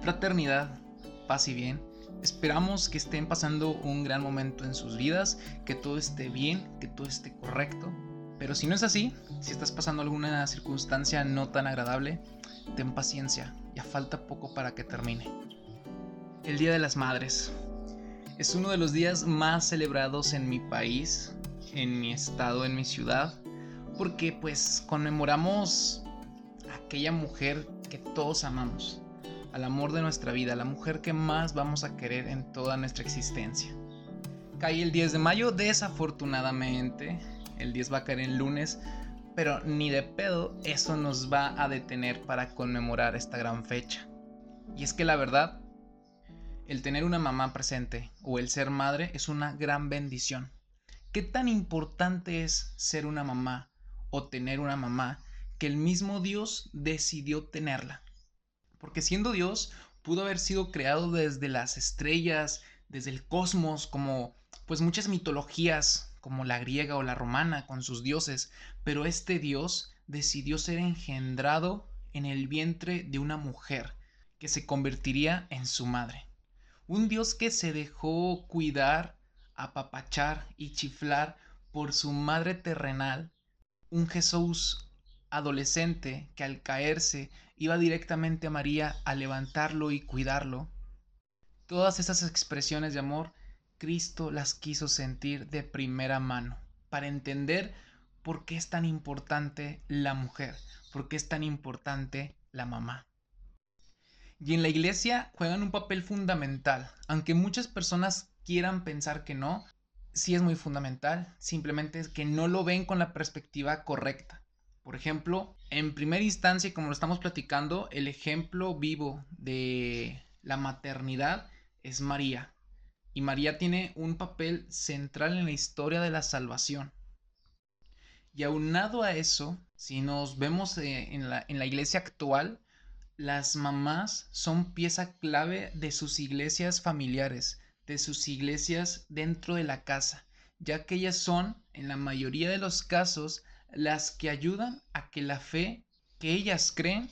Fraternidad, paz y bien. Esperamos que estén pasando un gran momento en sus vidas, que todo esté bien, que todo esté correcto. Pero si no es así, si estás pasando alguna circunstancia no tan agradable, ten paciencia, ya falta poco para que termine. El Día de las Madres es uno de los días más celebrados en mi país, en mi estado, en mi ciudad, porque pues conmemoramos a aquella mujer que todos amamos, al amor de nuestra vida, la mujer que más vamos a querer en toda nuestra existencia. Cae el 10 de mayo, desafortunadamente, el 10 va a caer en lunes, pero ni de pedo eso nos va a detener para conmemorar esta gran fecha. Y es que la verdad, el tener una mamá presente o el ser madre es una gran bendición. ¿Qué tan importante es ser una mamá o tener una mamá que el mismo Dios decidió tenerla? Porque siendo Dios, pudo haber sido creado desde las estrellas, desde el cosmos, como pues muchas mitologías, como la griega o la romana, con sus dioses, pero este Dios decidió ser engendrado en el vientre de una mujer, que se convertiría en su madre. Un Dios que se dejó cuidar, apapachar y chiflar por su madre terrenal, un Jesús adolescente que al caerse iba directamente a María a levantarlo y cuidarlo. Todas esas expresiones de amor, Cristo las quiso sentir de primera mano, para entender por qué es tan importante la mujer, por qué es tan importante la mamá. Y en la iglesia juegan un papel fundamental, aunque muchas personas quieran pensar que no, sí es muy fundamental, simplemente es que no lo ven con la perspectiva correcta. Por ejemplo, en primera instancia, como lo estamos platicando, el ejemplo vivo de la maternidad es María. Y María tiene un papel central en la historia de la salvación. Y aunado a eso, si nos vemos en la iglesia actual, las mamás son pieza clave de sus iglesias familiares, de sus iglesias dentro de la casa, ya que ellas son, en la mayoría de los casos, las que ayudan a que la fe que ellas creen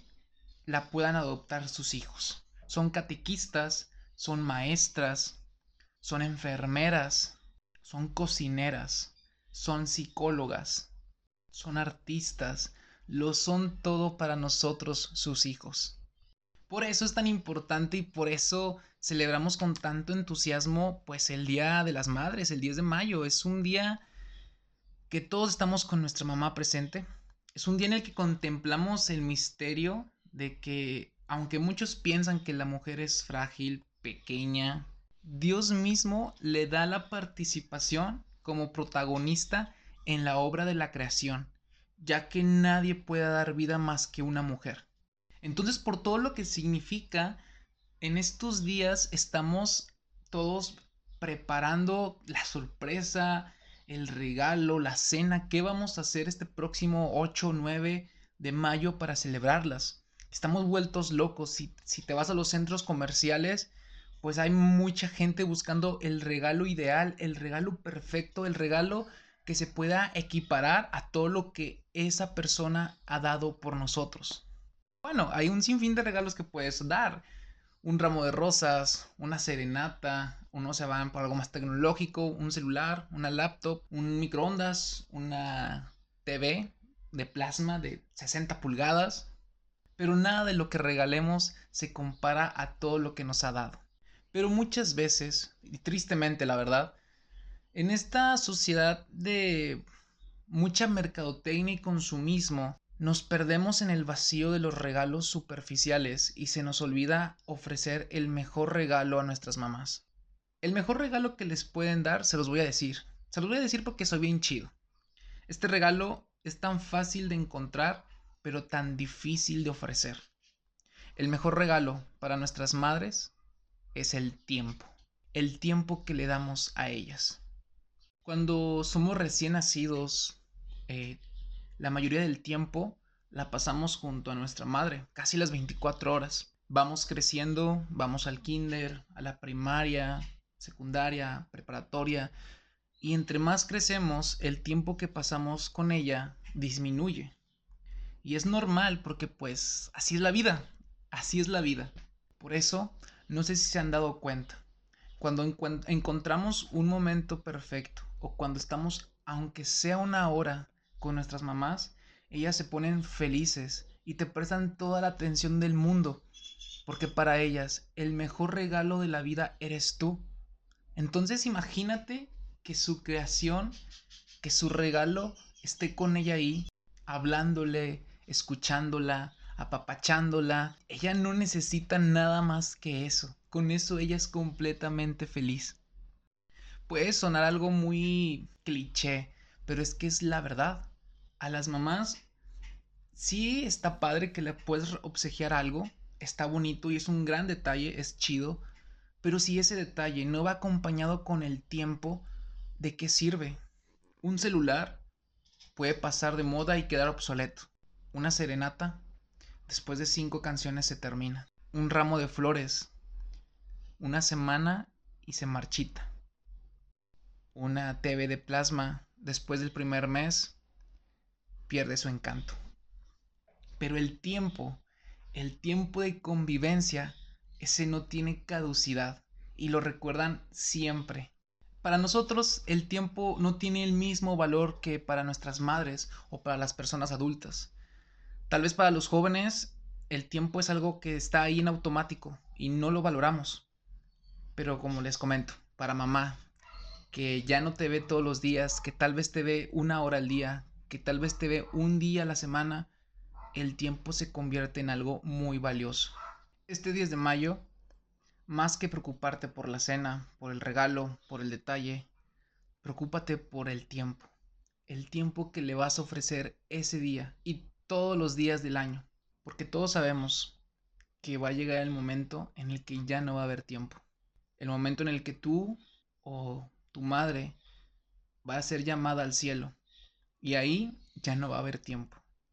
la puedan adoptar sus hijos. Son catequistas, son maestras, son enfermeras, son cocineras, son psicólogas, son artistas, lo son todo para nosotros, sus hijos. Por eso es tan importante y por eso celebramos con tanto entusiasmo pues el Día de las Madres, el 10 de mayo. Es un día que todos estamos con nuestra mamá presente. Es un día en el que contemplamos el misterio de que aunque muchos piensan que la mujer es frágil, pequeña, Dios mismo le da la participación como protagonista en la obra de la creación, ya que nadie puede dar vida más que una mujer. Entonces, por todo lo que significa, en estos días estamos todos preparando la sorpresa, el regalo, la cena, qué vamos a hacer este próximo 8 o 9 de mayo para celebrarlas. Estamos vueltos locos. Si te vas a los centros comerciales, pues hay mucha gente buscando el regalo ideal, el regalo perfecto, el regalo que se pueda equiparar a todo lo que esa persona ha dado por nosotros. Bueno, hay un sinfín de regalos que puedes dar. Un ramo de rosas, una serenata, unos se van por algo más tecnológico, un celular, una laptop, un microondas, una TV de plasma de 60 pulgadas. Pero nada de lo que regalemos se compara a todo lo que nos ha dado. Pero muchas veces, y tristemente la verdad, en esta sociedad de mucha mercadotecnia y consumismo, nos perdemos en el vacío de los regalos superficiales y se nos olvida ofrecer el mejor regalo a nuestras mamás. El mejor regalo que les pueden dar, se los voy a decir. Se los voy a decir porque soy bien chido. Este regalo es tan fácil de encontrar, pero tan difícil de ofrecer. El mejor regalo para nuestras madres es el tiempo. El tiempo que le damos a ellas. Cuando somos recién nacidos, eh, la mayoría del tiempo la pasamos junto a nuestra madre, casi las 24 horas. Vamos creciendo, vamos al kinder, a la primaria, secundaria, preparatoria, y entre más crecemos, el tiempo que pasamos con ella disminuye. Y es normal porque pues así es la vida, así es la vida. Por eso, no sé si se han dado cuenta, cuando encontramos un momento perfecto o cuando estamos, aunque sea una hora, con nuestras mamás, ellas se ponen felices y te prestan toda la atención del mundo, porque para ellas el mejor regalo de la vida eres tú. Entonces imagínate que su creación, que su regalo esté con ella ahí, hablándole, escuchándola, apapachándola. Ella no necesita nada más que eso. Con eso ella es completamente feliz. Puede sonar algo muy cliché, pero es que es la verdad. A las mamás sí está padre que le puedes obsequiar algo, está bonito y es un gran detalle, es chido, pero si ese detalle no va acompañado con el tiempo, ¿de qué sirve? Un celular puede pasar de moda y quedar obsoleto. Una serenata, después de 5 canciones se termina. Un ramo de flores, una semana y se marchita. Una TV de plasma, después del primer mes, pierde su encanto. Pero el tiempo de convivencia, ese no tiene caducidad y lo recuerdan siempre. Para nosotros el tiempo no tiene el mismo valor que para nuestras madres o para las personas adultas. Tal vez para los jóvenes el tiempo es algo que está ahí en automático y no lo valoramos. Pero como les comento, para mamá, que ya no te ve todos los días, que tal vez te ve una hora al día, que tal vez te ve un día a la semana, el tiempo se convierte en algo muy valioso. Este 10 de mayo, más que preocuparte por la cena, por el regalo, por el detalle, preocúpate por el tiempo que le vas a ofrecer ese día y todos los días del año, porque todos sabemos que va a llegar el momento en el que ya no va a haber tiempo, el momento en el que tú o tu madre va a ser llamada al cielo y ahí ya no va a haber tiempo.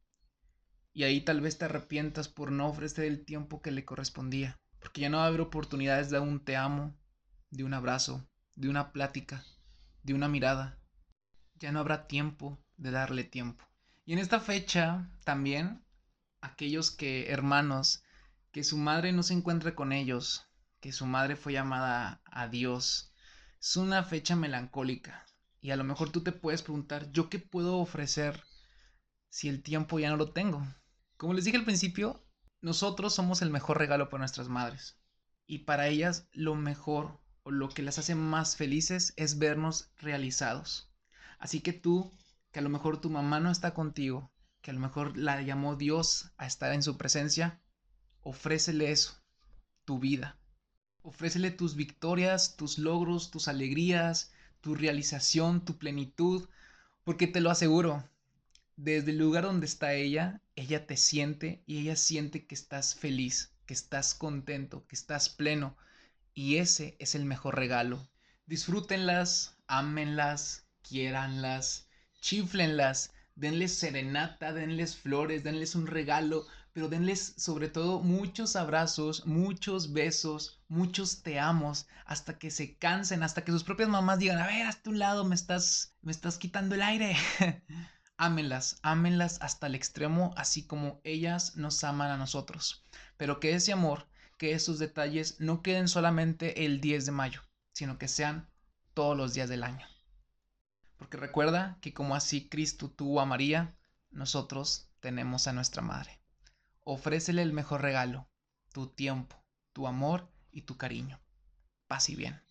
Y ahí tal vez te arrepientas por no ofrecer el tiempo que le correspondía, porque ya no va a haber oportunidades de un te amo, de un abrazo, de una plática, de una mirada. Ya no habrá tiempo de darle tiempo. Y en esta fecha también, aquellos que, hermanos, que su madre no se encuentre con ellos, que su madre fue llamada a Dios, es una fecha melancólica. Y a lo mejor tú te puedes preguntar, ¿yo qué puedo ofrecer si el tiempo ya no lo tengo? Como les dije al principio, nosotros somos el mejor regalo para nuestras madres. Y para ellas lo mejor o lo que las hace más felices es vernos realizados. Así que tú, que a lo mejor tu mamá no está contigo, que a lo mejor la llamó Dios a estar en su presencia, ofrécele eso, tu vida. Ofrécele tus victorias, tus logros, tus alegrías, tu realización, tu plenitud, porque te lo aseguro, desde el lugar donde está ella, ella te siente y ella siente que estás feliz, que estás contento, que estás pleno. Y ese es el mejor regalo. Disfrútenlas, ámenlas, quiéranlas, chiflenlas, denles serenata, denles flores, denles un regalo, pero denles sobre todo muchos abrazos, muchos besos, muchos te amos, hasta que se cansen, hasta que sus propias mamás digan, a ver, hazte un lado, me estás quitando el aire. Ámenlas, ámenlas hasta el extremo, así como ellas nos aman a nosotros. Pero que ese amor, que esos detalles no queden solamente el 10 de mayo, sino que sean todos los días del año. Porque recuerda que como así Cristo tuvo a María, nosotros tenemos a nuestra Madre. Ofrécele el mejor regalo, tu tiempo, tu amor y tu cariño. Paz y bien.